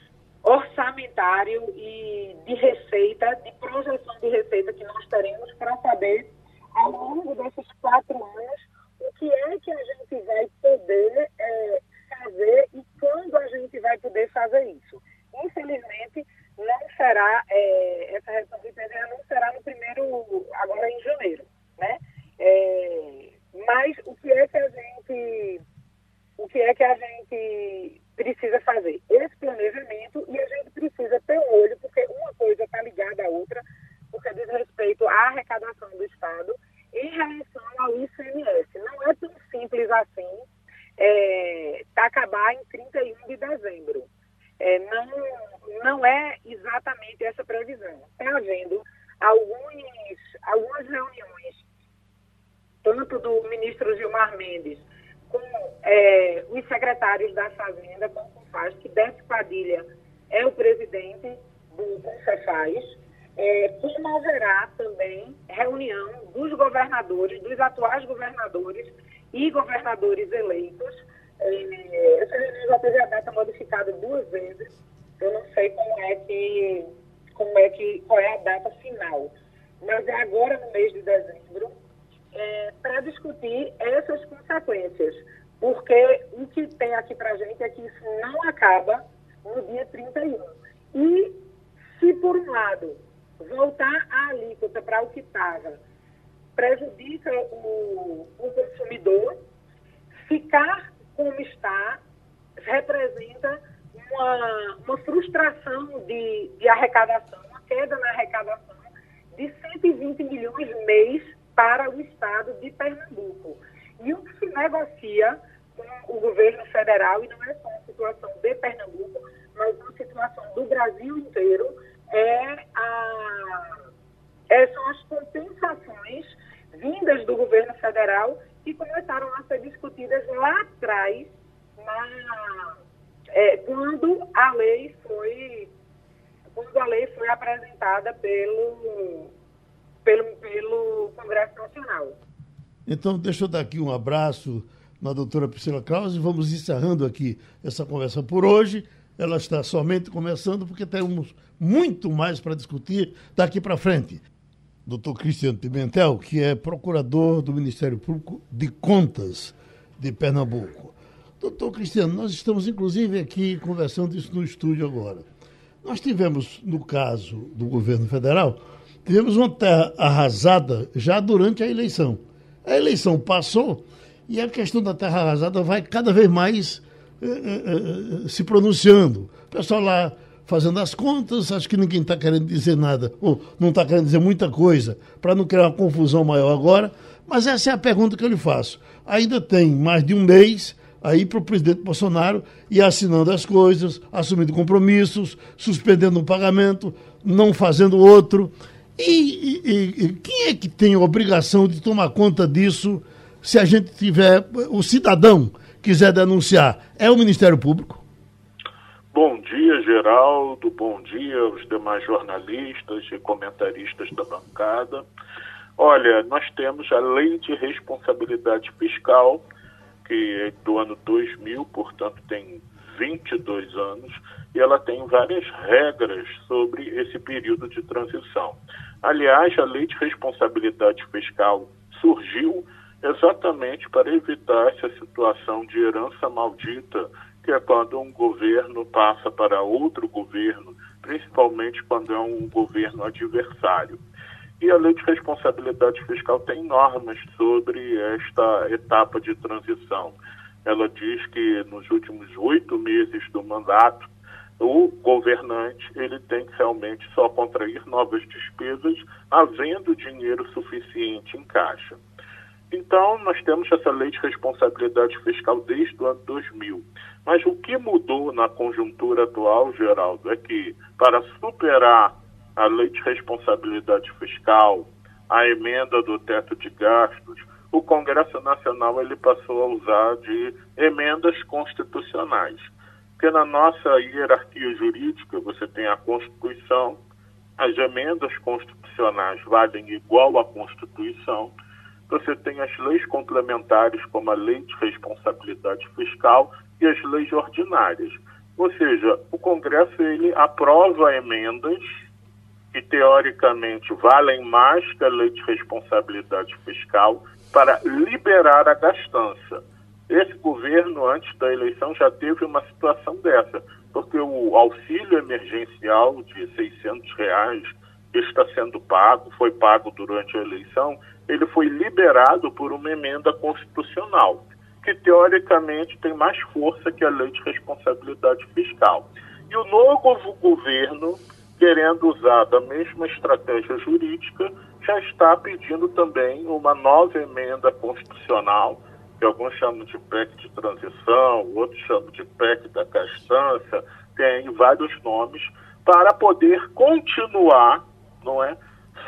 orçamentário e de receita, de projeção de receita que nós teremos para saber, ao longo desses quatro anos, o que é que a gente vai poder é, fazer e quando a gente vai poder fazer isso. Infelizmente, não será, é, essa redução do I P V A não será no primeiro, agora em janeiro, né? É, mas o que é que a gente, o que é que a gente precisa fazer? Esse planejamento, e a gente precisa ter um olho, porque uma coisa está ligada à outra, porque diz respeito à arrecadação do Estado em relação ao I C M S. Não é tão simples assim é, acabar em trinta e um de dezembro. É, não, não é exatamente essa previsão. Está havendo alguns, algumas reuniões, tanto do ministro Gilmar Mendes, com é, os secretários da Fazenda, com o Confaz, que Décio Padilha é o presidente do Confaz, é, como haverá também reunião dos governadores, dos atuais governadores e governadores eleitos. É, essa reunião já teve a data modificada duas vezes, eu não sei como é que, como é que, qual é a data final, mas é agora no mês de dezembro, É, para discutir essas consequências, porque o que tem aqui para a gente é que isso não acaba no dia trinta e um. E, se por um lado, voltar a alíquota para o que estava prejudica o, o consumidor. Ficar como está representa uma, uma frustração de, de arrecadação, uma queda na arrecadação de cento e vinte milhões mês para o estado de Pernambuco. E o que se negocia com o governo federal, e não é só uma situação de Pernambuco, mas uma situação do Brasil inteiro, é a, é, são as compensações vindas do governo federal que começaram a ser discutidas lá atrás, na, é, quando a lei foi quando a lei foi apresentada pelo, pelo, pelo Congresso Nacional. Então, deixa eu dar aqui um abraço na doutora Priscila Krause e vamos encerrando aqui essa conversa por hoje. Ela está somente começando porque temos muito mais para discutir daqui para frente. doutor Cristiano Pimentel, que é procurador do Ministério Público de Contas de Pernambuco. doutor Cristiano, nós estamos inclusive aqui conversando isso no estúdio agora. Nós tivemos, no caso do governo federal, tivemos uma terra arrasada já durante a eleição. A eleição passou e a questão da terra arrasada vai cada vez mais eh, eh, se pronunciando. O pessoal lá fazendo as contas, acho que ninguém está querendo dizer nada, ou não está querendo dizer muita coisa, para não criar uma confusão maior agora, mas essa é a pergunta que eu lhe faço. Ainda tem mais de um mês aí para o presidente Bolsonaro ir assinando as coisas, assumindo compromissos, suspendendo um pagamento, não fazendo outro. E, e, e quem é que tem a obrigação de tomar conta disso se a gente tiver, o cidadão quiser denunciar? É o Ministério Público? Bom dia, Geraldo. Bom dia aos demais jornalistas e comentaristas da bancada. Olha, nós temos a Lei de Responsabilidade Fiscal, que é do ano dois mil, portanto tem vinte e dois anos, e ela tem várias regras sobre esse período de transição. Aliás, a Lei de Responsabilidade Fiscal surgiu exatamente para evitar essa situação de herança maldita, que é quando um governo passa para outro governo, principalmente quando é um governo adversário. E a Lei de Responsabilidade Fiscal tem normas sobre esta etapa de transição. Ela diz que nos últimos oito meses do mandato, o governante ele tem que realmente só contrair novas despesas, havendo dinheiro suficiente em caixa. Então, nós temos essa Lei de Responsabilidade Fiscal desde o ano dois mil. Mas o que mudou na conjuntura atual, Geraldo, é que para superar a Lei de Responsabilidade Fiscal, a emenda do teto de gastos, o Congresso Nacional ele passou a usar de emendas constitucionais. Porque na nossa hierarquia jurídica, você tem a Constituição, as emendas constitucionais valem igual à Constituição, você tem as leis complementares, como a Lei de Responsabilidade Fiscal e as leis ordinárias. Ou seja, o Congresso ele aprova emendas que, teoricamente, valem mais que a Lei de Responsabilidade Fiscal para liberar a gastança. Esse governo, antes da eleição, já teve uma situação dessa, porque o auxílio emergencial de seiscentos reais que está sendo pago, foi pago durante a eleição, ele foi liberado por uma emenda constitucional, que teoricamente tem mais força que a Lei de Responsabilidade Fiscal. E o novo governo, querendo usar da mesma estratégia jurídica, já está pedindo também uma nova emenda constitucional, que alguns chamam de P E C de transição, outros chamam de P E C da gastança, tem vários nomes, para poder continuar, não é,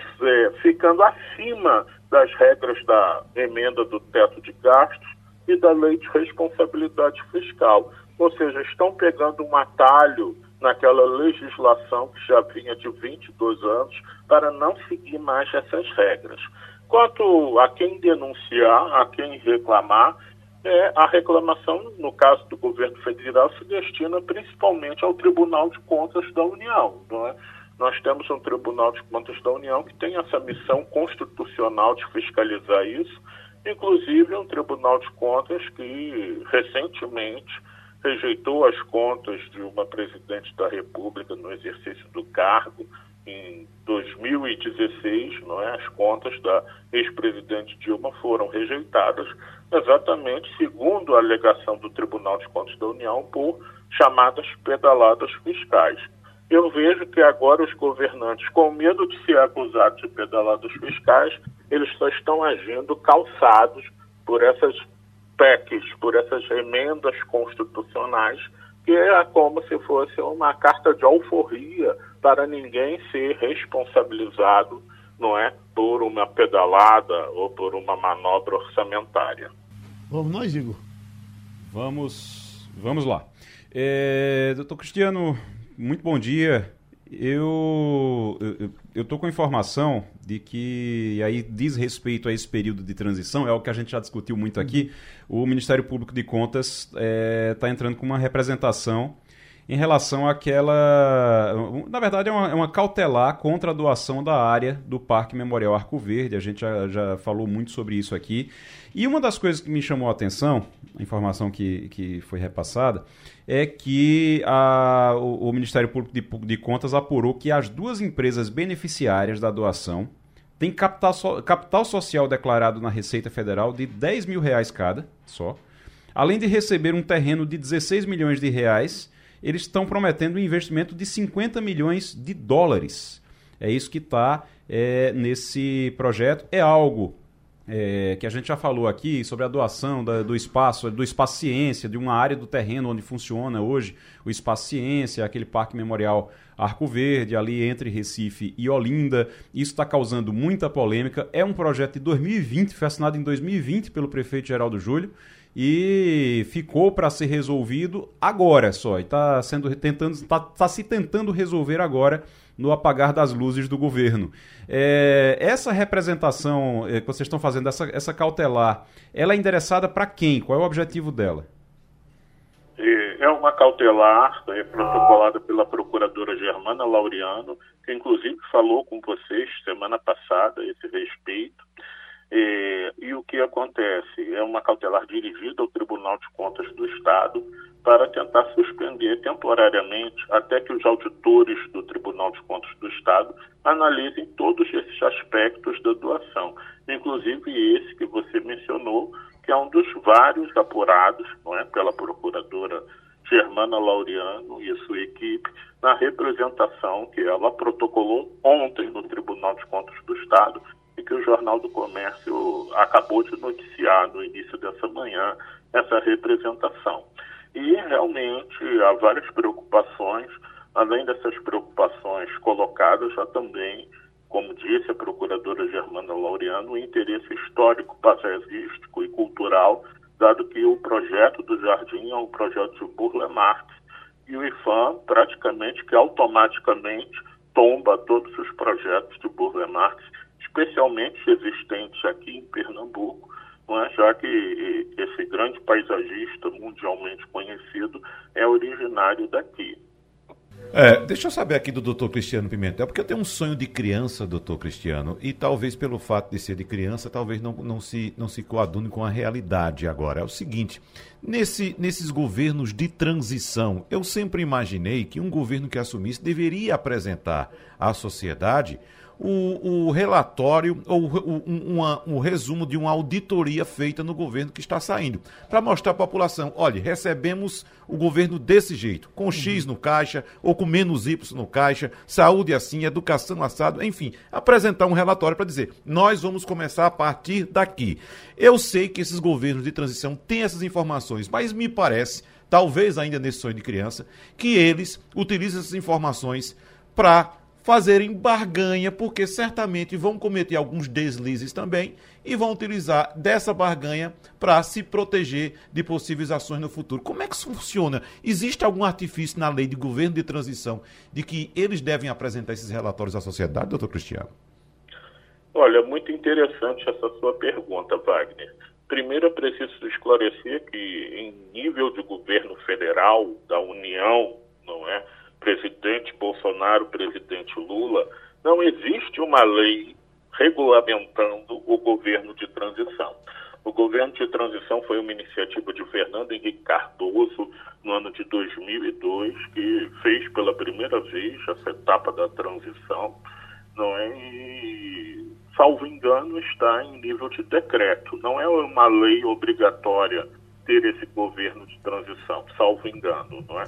é, ficando acima das regras da emenda do teto de gastos e da Lei de Responsabilidade Fiscal. Ou seja, estão pegando um atalho naquela legislação que já vinha de vinte e dois anos para não seguir mais essas regras. Quanto a quem denunciar, a quem reclamar, é, a reclamação, no caso do governo federal, se destina principalmente ao Tribunal de Contas da União, não é? Nós temos um Tribunal de Contas da União que tem essa missão constitucional de fiscalizar isso, inclusive um Tribunal de Contas que recentemente rejeitou as contas de uma presidente da República no exercício do cargo em dois mil e dezesseis, não é, as contas da ex-presidente Dilma foram rejeitadas, exatamente segundo a alegação do Tribunal de Contas da União por chamadas pedaladas fiscais. Eu vejo que agora os governantes, com medo de ser acusados de pedaladas fiscais, eles só estão agindo calçados por essas P E Cs, por essas emendas constitucionais, que é como se fosse uma carta de alforria para ninguém ser responsabilizado, não é, por uma pedalada ou por uma manobra orçamentária. Vamos nós, Igor? Vamos, vamos lá. É, doutor Cristiano, muito bom dia. Eu eu estou com a informação de que, e aí diz respeito a esse período de transição, é o que a gente já discutiu muito aqui, o Ministério Público de Contas está é, entrando com uma representação em relação àquela... Na verdade, é uma, é uma cautelar contra a doação da área do Parque Memorial Arco Verde, a gente já, já falou muito sobre isso aqui. E uma das coisas que me chamou a atenção, a informação que, que foi repassada, é que a, o, o Ministério Público de, de Contas apurou que as duas empresas beneficiárias da doação têm capital, so, capital social declarado na Receita Federal de dez mil reais cada, só. Além de receber um terreno de dezesseis milhões de reais, eles estão prometendo um investimento de cinquenta milhões de dólares. É isso que está é, nesse projeto. É algo é, que a gente já falou aqui sobre a doação da, do espaço, do Espaço Ciência, de uma área do terreno onde funciona hoje o Espaço Ciência, aquele Parque Memorial Arco Verde, ali entre Recife e Olinda. Isso está causando muita polêmica. É um projeto de dois mil e vinte, foi assinado em dois mil e vinte pelo prefeito Geraldo Júlio, e ficou para ser resolvido agora só. Está sendo tentando, tá, tá se tentando resolver agora no apagar das luzes do governo. É, essa representação é, que vocês estão fazendo, essa, essa cautelar, ela é endereçada para quem? Qual é o objetivo dela? É uma cautelar é, protocolada pela procuradora Germana Laureano, que inclusive falou com vocês semana passada a esse respeito. É, e o que acontece? É uma cautelar dirigida ao Tribunal de Contas do Estado para tentar suspender temporariamente até que os auditores do Tribunal de Contas do Estado analisem todos esses aspectos da doação, inclusive esse que você mencionou, que é um dos vários apurados, não é, pela procuradora Germana Laureano e sua equipe, na representação que ela protocolou ontem no Tribunal de Contas do Estado, e que o Jornal do Comércio acabou de noticiar no início dessa manhã, essa representação. E realmente há várias preocupações, além dessas preocupações colocadas, já também, como disse a procuradora Germana Laureano, o interesse histórico, paisagístico e cultural, dado que o projeto do Jardim é um projeto de Burle Marx, e o IPHAN praticamente que automaticamente tomba todos os projetos de Burle Marx, especialmente existentes aqui em Pernambuco, não é? Já que esse grande paisagista mundialmente conhecido é originário daqui. É, deixa eu saber aqui do doutor Cristiano Pimentel, porque eu tenho um sonho de criança, doutor Cristiano, e talvez pelo fato de ser de criança, talvez não, não, se, não se coadune com a realidade agora. É o seguinte, nesse, nesses governos de transição, eu sempre imaginei que um governo que assumisse deveria apresentar à sociedade O, o relatório ou o, uma, um resumo de uma auditoria feita no governo que está saindo, para mostrar à população, olha, recebemos o governo desse jeito, com X no caixa ou com menos Y no caixa, saúde assim, educação assado, enfim, apresentar um relatório para dizer, nós vamos começar a partir daqui. Eu sei que esses governos de transição têm essas informações, mas me parece, talvez ainda nesse sonho de criança, que eles utilizam essas informações para fazerem barganha, porque certamente vão cometer alguns deslizes também e vão utilizar dessa barganha para se proteger de possíveis ações no futuro. Como é que isso funciona? Existe algum artifício na lei de governo de transição de que eles devem apresentar esses relatórios à sociedade, doutor Cristiano? Olha, muito interessante essa sua pergunta, Wagner. Primeiro, é preciso esclarecer que em nível de governo federal, da União, não é? Presidente Bolsonaro, presidente Lula, não existe uma lei regulamentando o governo de transição. O governo de transição foi uma iniciativa de Fernando Henrique Cardoso, no ano de dois mil e dois, que fez pela primeira vez essa etapa da transição, não é? E, salvo engano, está em nível de decreto. Não é uma lei obrigatória ter esse governo de transição, salvo engano, não é?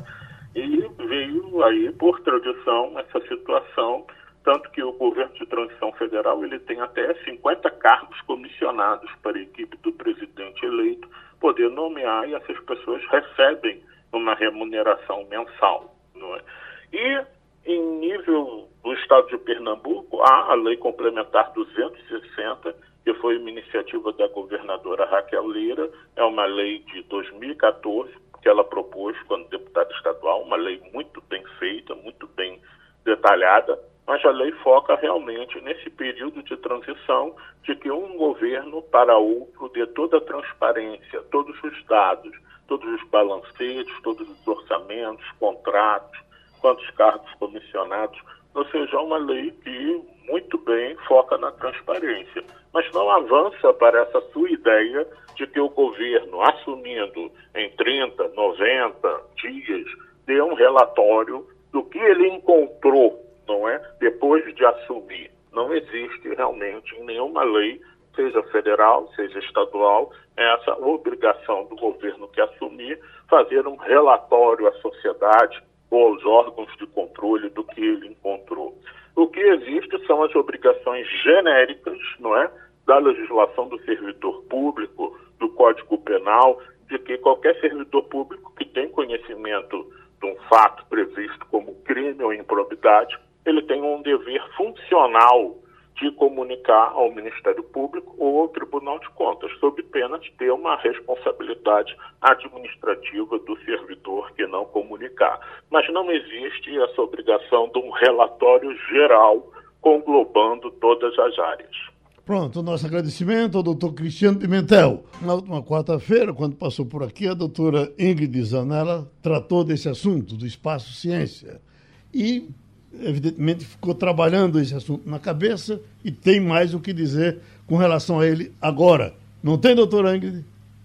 E veio aí, por tradição, essa situação, tanto que o governo de transição federal ele tem até cinquenta cargos comissionados para a equipe do presidente eleito poder nomear, e essas pessoas recebem uma remuneração mensal, não é? E em nível do estado de Pernambuco, há a Lei Complementar duzentos e sessenta, que foi uma iniciativa da governadora Raquel Lira, é uma lei de dois mil e quatorze, que ela propôs quando deputada estadual, uma lei muito bem feita, muito bem detalhada, mas a lei foca realmente nesse período de transição de que um governo para outro dê toda a transparência, todos os dados, todos os balancetes, todos os orçamentos, contratos, quantos cargos comissionados, ou seja, uma lei que muito bem foca na transparência, mas não avança para essa sua ideia de que o governo, assumindo em trinta, noventa dias, dê um relatório do que ele encontrou, não é? Depois de assumir. Não existe realmente em nenhuma lei, seja federal, seja estadual, essa obrigação do governo que assumir fazer um relatório à sociedade ou aos órgãos de controle do que ele encontrou. O que existe são as obrigações genéricas, não é, da legislação do servidor público, do Código Penal, de que qualquer servidor público que tem conhecimento de um fato previsto como crime ou improbidade, ele tem um dever funcional de comunicar ao Ministério Público ou ao Tribunal de Contas, sob pena de ter uma responsabilidade administrativa do servidor que não comunicar. Mas não existe essa obrigação de um relatório geral conglobando todas as áreas. Pronto, o nosso agradecimento ao doutor Cristiano Pimentel. Na última quarta-feira, quando passou por aqui, a doutora Ingrid Zanella tratou desse assunto, do espaço ciência. E, evidentemente, ficou trabalhando esse assunto na cabeça e tem mais o que dizer com relação a ele agora. Não tem, doutora Ingrid?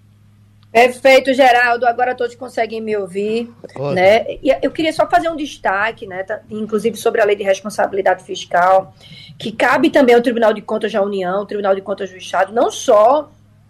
Perfeito, Geraldo. Agora todos conseguem me ouvir. Né? E eu queria só fazer um destaque, né, inclusive sobre a Lei de Responsabilidade Fiscal, que cabe também ao Tribunal de Contas da União, ao Tribunal de Contas do Estado, não só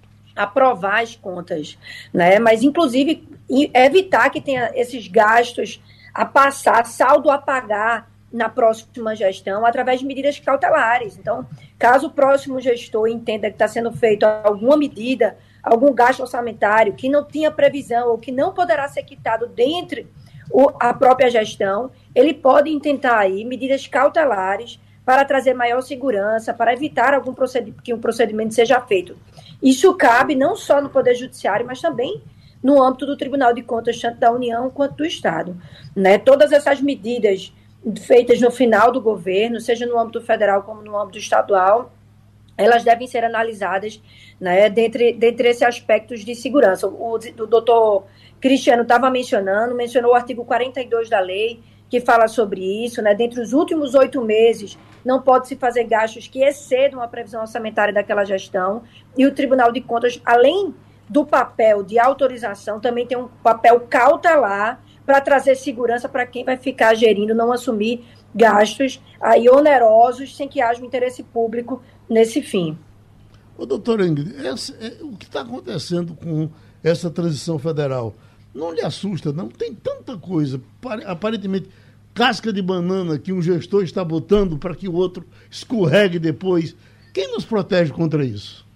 aprovar as contas, né, mas inclusive evitar que tenha esses gastos a passar, saldo a pagar na próxima gestão, através de medidas cautelares. Então, caso o próximo gestor entenda que está sendo feita alguma medida, algum gasto orçamentário que não tinha previsão ou que não poderá ser quitado dentro da própria gestão, ele pode intentar aí medidas cautelares para trazer maior segurança, para evitar algum procedimento, que um procedimento seja feito. Isso cabe não só no Poder Judiciário, mas também no âmbito do Tribunal de Contas, tanto da União quanto do Estado. Né? Todas essas medidas feitas no final do governo, seja no âmbito federal como no âmbito estadual, elas devem ser analisadas, né, dentre, dentre esses aspectos de segurança. O, o doutor Cristiano estava mencionando, mencionou o artigo quarenta e dois da lei, que fala sobre isso, né, dentre os últimos oito meses, não pode-se fazer gastos que excedam a previsão orçamentária daquela gestão, e o Tribunal de Contas, além do papel de autorização, também tem um papel cautelar para trazer segurança para quem vai ficar gerindo, não assumir gastos aí onerosos sem que haja um interesse público nesse fim. Ô, doutora Ingrid, essa, é, o que está acontecendo com essa transição federal não lhe assusta, não? Tem tanta coisa, aparentemente casca de banana que um gestor está botando para que o outro escorregue depois. Quem nos protege contra isso?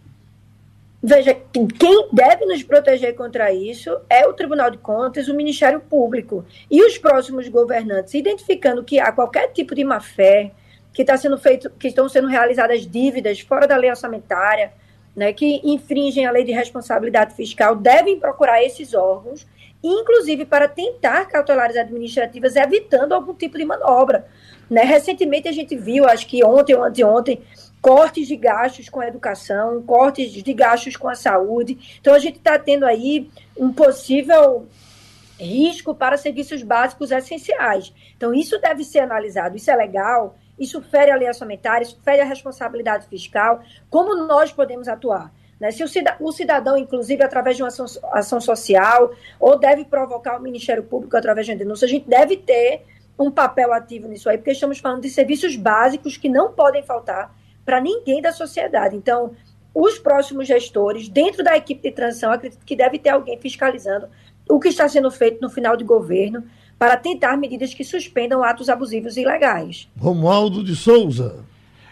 Veja, quem deve nos proteger contra isso é o Tribunal de Contas, o Ministério Público e os próximos governantes, identificando que há qualquer tipo de má-fé, que está sendo feito, que estão sendo realizadas dívidas fora da lei orçamentária, né, que infringem a Lei de Responsabilidade Fiscal, devem procurar esses órgãos, inclusive para tentar cautelares administrativas, evitando algum tipo de manobra. Né? Recentemente a gente viu, acho que ontem ou anteontem, cortes de gastos com a educação, cortes de gastos com a saúde. Então, a gente está tendo aí um possível risco para serviços básicos essenciais. Então, isso deve ser analisado. Isso é legal, isso fere a lei orçamentária, isso fere a responsabilidade fiscal. Como nós podemos atuar? Né? Se o cidadão, inclusive, através de uma ação, ação social, ou deve provocar o Ministério Público através de uma denúncia, a gente deve ter um papel ativo nisso aí, porque estamos falando de serviços básicos que não podem faltar para ninguém da sociedade. Então, os próximos gestores, dentro da equipe de transição, acredito que deve ter alguém fiscalizando o que está sendo feito no final de governo para tentar medidas que suspendam atos abusivos e ilegais. Romualdo de Souza.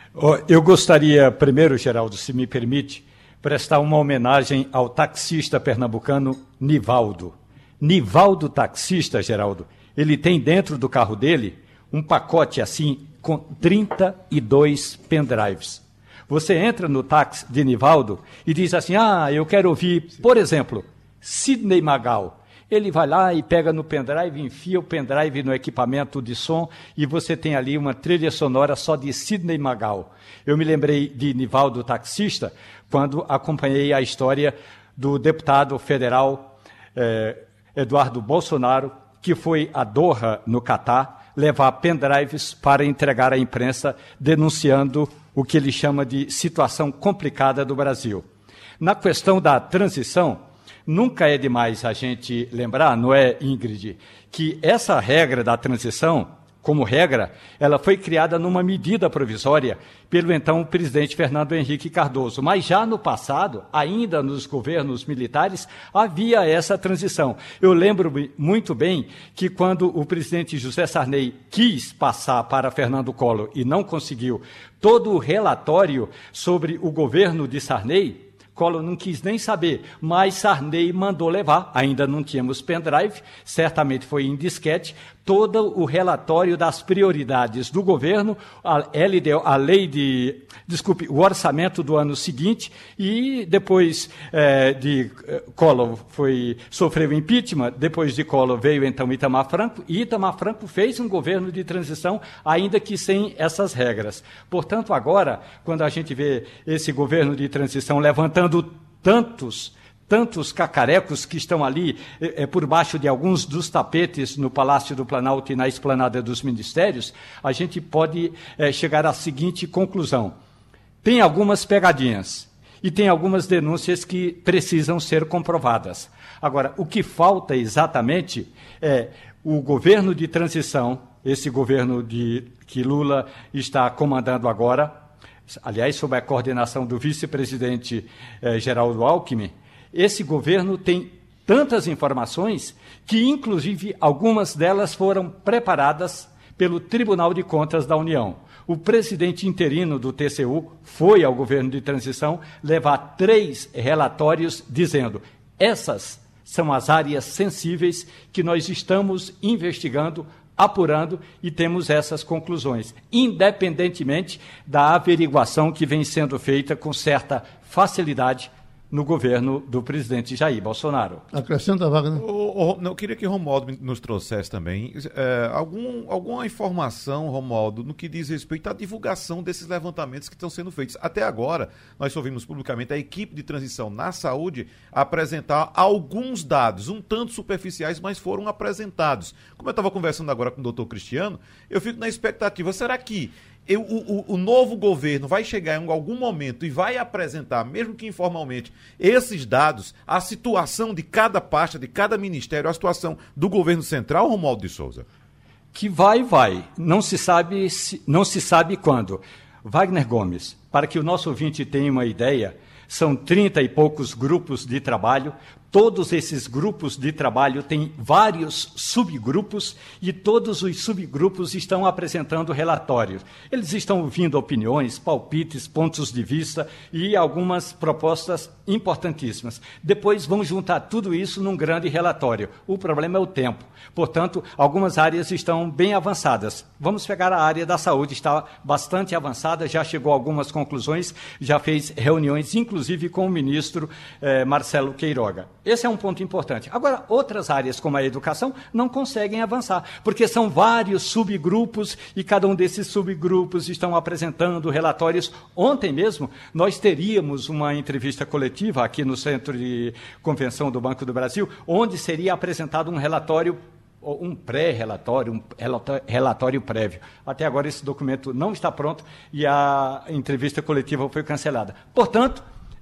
Eu gostaria, primeiro, Geraldo, se me permite, prestar uma homenagem ao taxista pernambucano Nivaldo. Nivaldo taxista, Geraldo, ele tem dentro do carro dele um pacote assim com trinta e dois pendrives. Você entra no táxi de Nivaldo e diz assim, ah, eu quero ouvir, por exemplo, Sidney Magal. Ele vai lá e pega no pendrive, enfia o pendrive no equipamento de som e você tem ali uma trilha sonora só de Sidney Magal. Eu me lembrei de Nivaldo taxista quando acompanhei a história do deputado federal eh, Eduardo Bolsonaro, que foi a Doha, no Catar, levar pendrives para entregar à imprensa denunciando o que ele chama de situação complicada do Brasil. Na questão da transição, nunca é demais a gente lembrar, não é, Ingrid, que essa regra da transição, como regra, ela foi criada numa medida provisória pelo então presidente Fernando Henrique Cardoso. Mas já no passado, ainda nos governos militares, havia essa transição. Eu lembro muito bem que quando o presidente José Sarney quis passar para Fernando Collor e não conseguiu, todo o relatório sobre o governo de Sarney, Collor não quis nem saber, mas Sarney mandou levar, ainda não tínhamos pendrive, certamente foi em disquete, todo o relatório das prioridades do governo, a L D O, a lei de, desculpe, o orçamento do ano seguinte, e depois eh, de eh, Collor foi, sofreu impeachment, depois de Collor veio então Itamar Franco, e Itamar Franco fez um governo de transição, ainda que sem essas regras. Portanto, agora, quando a gente vê esse governo de transição levantando tantos tantos cacarecos que estão ali é, por baixo de alguns dos tapetes no Palácio do Planalto e na esplanada dos ministérios, a gente pode é, chegar à seguinte conclusão. Tem algumas pegadinhas e tem algumas denúncias que precisam ser comprovadas. Agora, o que falta exatamente é o governo de transição, esse governo de, que Lula está comandando agora, aliás, sob a coordenação do vice-presidente eh, Geraldo Alckmin, esse governo tem tantas informações que, inclusive, algumas delas foram preparadas pelo Tribunal de Contas da União. O presidente interino do T C U foi ao governo de transição levar três relatórios dizendo: essas são as áreas sensíveis que nós estamos investigando, apurando e temos essas conclusões, independentemente da averiguação que vem sendo feita com certa facilidade no governo do presidente Jair Bolsonaro. Acrescenta, Wagner. O, o, eu queria que Romualdo nos trouxesse também é, algum, alguma informação, Romualdo, no que diz respeito à divulgação desses levantamentos que estão sendo feitos. Até agora, nós ouvimos publicamente a equipe de transição na saúde apresentar alguns dados, um tanto superficiais, mas foram apresentados. Como eu estava conversando agora com o doutor Cristiano, eu fico na expectativa, será que Eu, o, o, o novo governo vai chegar em algum momento e vai apresentar, mesmo que informalmente, esses dados, a situação de cada pasta, de cada ministério, a situação do governo central, Romualdo de Souza? Que vai, vai. Não se sabe, não se sabe quando. Wagner Gomes, para que o nosso ouvinte tenha uma ideia, são trinta e poucos grupos de trabalho. Todos esses grupos de trabalho têm vários subgrupos e todos os subgrupos estão apresentando relatórios. Eles estão ouvindo opiniões, palpites, pontos de vista e algumas propostas importantíssimas. Depois vão juntar tudo isso num grande relatório. O problema é o tempo. Portanto, algumas áreas estão bem avançadas. Vamos pegar a área da saúde, está bastante avançada, já chegou a algumas conclusões, já fez reuniões, inclusive com o ministro eh, Marcelo Queiroga. Esse é um ponto importante. Agora, outras áreas, como a educação, não conseguem avançar, porque são vários subgrupos e cada um desses subgrupos estão apresentando relatórios. Ontem mesmo, nós teríamos uma entrevista coletiva aqui no Centro de Convenção do Banco do Brasil, onde seria apresentado um relatório, um pré-relatório, um relatório prévio. Até agora esse documento não está pronto e a entrevista coletiva foi cancelada. Portanto,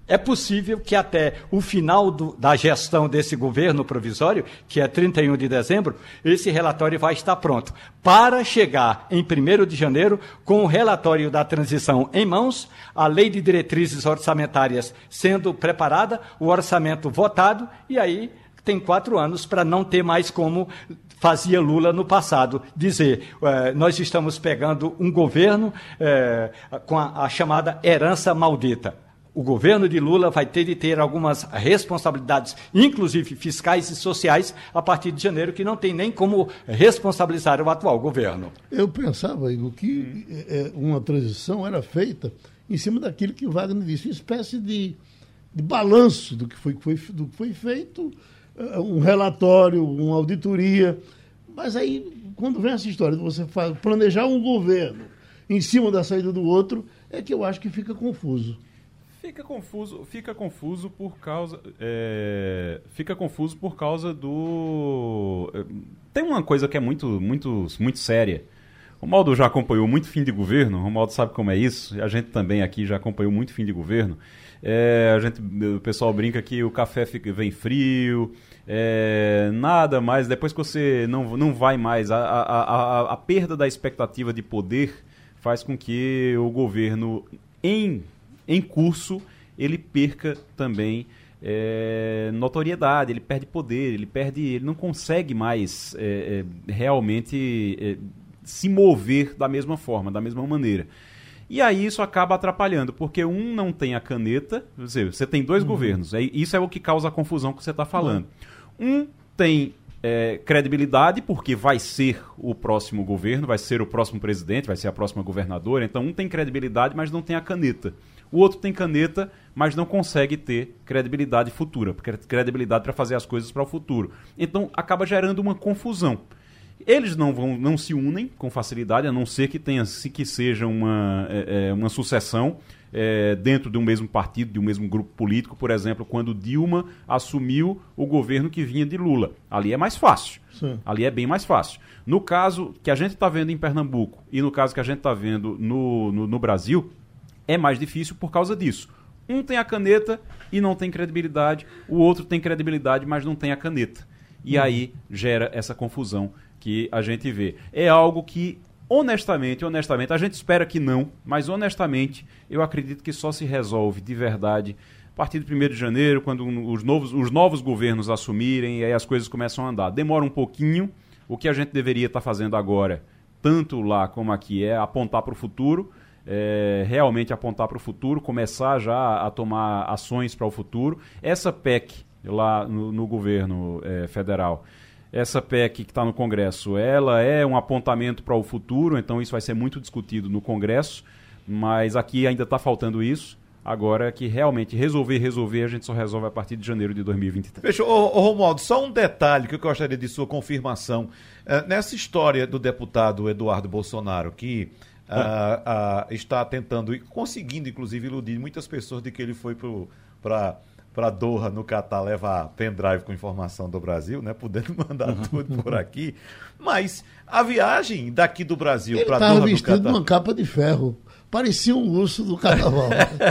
É possível que até o final do, da gestão desse governo provisório, que é trinta e um de dezembro, esse relatório vai estar pronto, para chegar em primeiro de janeiro com o relatório da transição em mãos, a lei de diretrizes orçamentárias sendo preparada, o orçamento votado, e aí tem quatro anos para não ter mais como fazia Lula no passado, dizer, eh, nós estamos pegando um governo eh, com a, a chamada herança maldita. O governo de Lula vai ter de ter algumas responsabilidades, inclusive fiscais e sociais, a partir de janeiro, que não tem nem como responsabilizar o atual governo. Eu pensava, Igor, que é, uma transição era feita em cima daquilo que o Wagner disse, uma espécie de, de balanço do que foi, foi, do que foi feito, um relatório, uma auditoria. Mas aí, quando vem essa história de você planejar um governo em cima da saída do outro, é que eu acho que fica confuso. Fica confuso, fica confuso por causa, é, fica confuso por causa do... Tem uma coisa que é muito, muito, muito séria. O Romualdo já acompanhou muito fim de governo, o Romualdo sabe como é isso, a gente também aqui já acompanhou muito fim de governo. É, a gente, o pessoal brinca que o café fica, vem frio, é, nada mais, depois que você não, não vai mais, a, a, a, a perda da expectativa de poder faz com que o governo em... em curso, ele perca também é, notoriedade, ele perde poder, ele perde, ele não consegue mais é, é, realmente é, se mover da mesma forma, da mesma maneira. E aí isso acaba atrapalhando, porque um não tem a caneta, você, você tem dois uhum. governos, é, isso é o que causa a confusão que você está falando. Uhum. Um tem é, credibilidade, porque vai ser o próximo governo, vai ser o próximo presidente, vai ser a próxima governadora, então um tem credibilidade, mas não tem a caneta. O outro tem caneta, mas não consegue ter credibilidade futura, credibilidade para fazer as coisas para o futuro. Então, acaba gerando uma confusão. Eles não, vão, não se unem com facilidade, a não ser que tenha que seja uma, é, uma sucessão é, dentro de um mesmo partido, de um mesmo grupo político. Por exemplo, quando Dilma assumiu o governo que vinha de Lula. Ali é mais fácil. Sim. Ali é bem mais fácil. No caso que a gente está vendo em Pernambuco e no caso que a gente está vendo no, no, no Brasil, é mais difícil por causa disso. Um tem a caneta e não tem credibilidade, o outro tem credibilidade, mas não tem a caneta. E uhum. aí gera essa confusão que a gente vê. É algo que, honestamente, honestamente, a gente espera que não, mas honestamente, eu acredito que só se resolve de verdade a partir de primeiro de janeiro, quando os novos, os novos governos assumirem e aí as coisas começam a andar. Demora um pouquinho, o que a gente deveria estar fazendo agora, tanto lá como aqui, é apontar para o futuro, É, realmente apontar para o futuro, começar já a tomar ações para o futuro. Essa P E C lá no, no governo é, federal, essa P E C que está no Congresso, ela é um apontamento para o futuro, então isso vai ser muito discutido no Congresso, mas aqui ainda está faltando isso. Agora que realmente resolver, resolver, a gente só resolve a partir de janeiro de dois mil e vinte e três. Fechou. Ô, ô, Romualdo, só um detalhe que eu gostaria de sua confirmação. É, nessa história do deputado Eduardo Bolsonaro, que Uh, uh, está tentando e conseguindo, inclusive, iludir muitas pessoas de que ele foi para Doha, no Catar, levar pendrive com informação do Brasil, né, podendo mandar uhum. tudo por aqui. Mas a viagem daqui do Brasil para Doha, no Catar... Ele estava vestido numa capa de ferro. Parecia um urso do carnaval.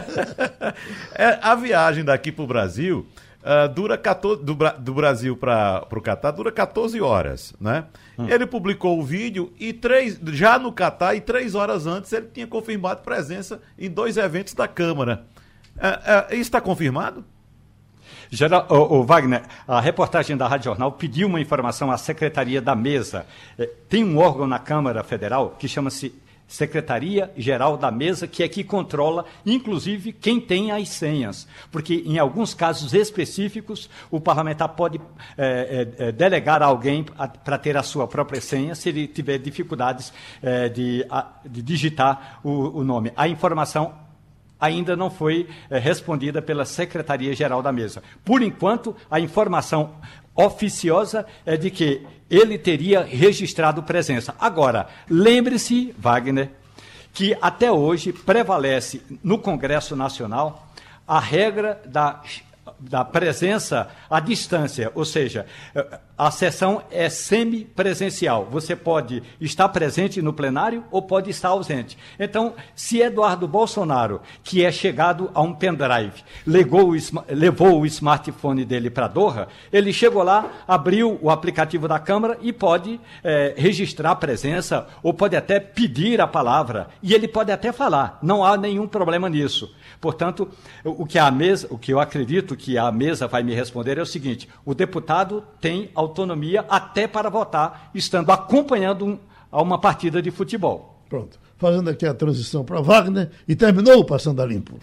é, a viagem daqui para o Brasil... Uh, dura quatorze, do, do Brasil para o Catar dura quatorze horas, né? Hum. Ele publicou o vídeo e três, já no Catar, e três horas antes ele tinha confirmado presença em dois eventos da Câmara. Uh, uh, isso está confirmado? Geral, o, o Wagner, a reportagem da Rádio Jornal pediu uma informação à Secretaria da Mesa. É, tem um órgão na Câmara Federal que chama-se Secretaria-Geral da Mesa, que é que controla, inclusive, quem tem as senhas. Porque, em alguns casos específicos, o parlamentar pode é, é, delegar a alguém para ter a sua própria senha, se ele tiver dificuldades é, de, a, de digitar o, o nome. A informação ainda não foi é, respondida pela Secretaria-Geral da Mesa. Por enquanto, a informação oficiosa é de que ele teria registrado presença. Agora, lembre-se, Wagner, que até hoje prevalece no Congresso Nacional a regra da da presença à distância, ou seja, a sessão é semipresencial. Você pode estar presente no plenário ou pode estar ausente. Então, se Eduardo Bolsonaro, que é chegado a um pendrive, levou o, levou o smartphone dele para Doha, ele chegou lá, abriu o aplicativo da Câmara e pode é, registrar a presença ou pode até pedir a palavra. E ele pode até falar, não há nenhum problema nisso. Portanto, o que a mesa, o que eu acredito que a mesa vai me responder é o seguinte: o deputado tem autonomia até para votar, estando acompanhando um, a uma partida de futebol. Pronto. Fazendo aqui a transição para Wagner e terminou o Passando a Limpo.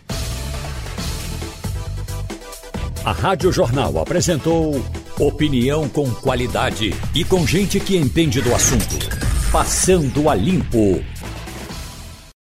A Rádio Jornal apresentou opinião com qualidade e com gente que entende do assunto. Passando a Limpo.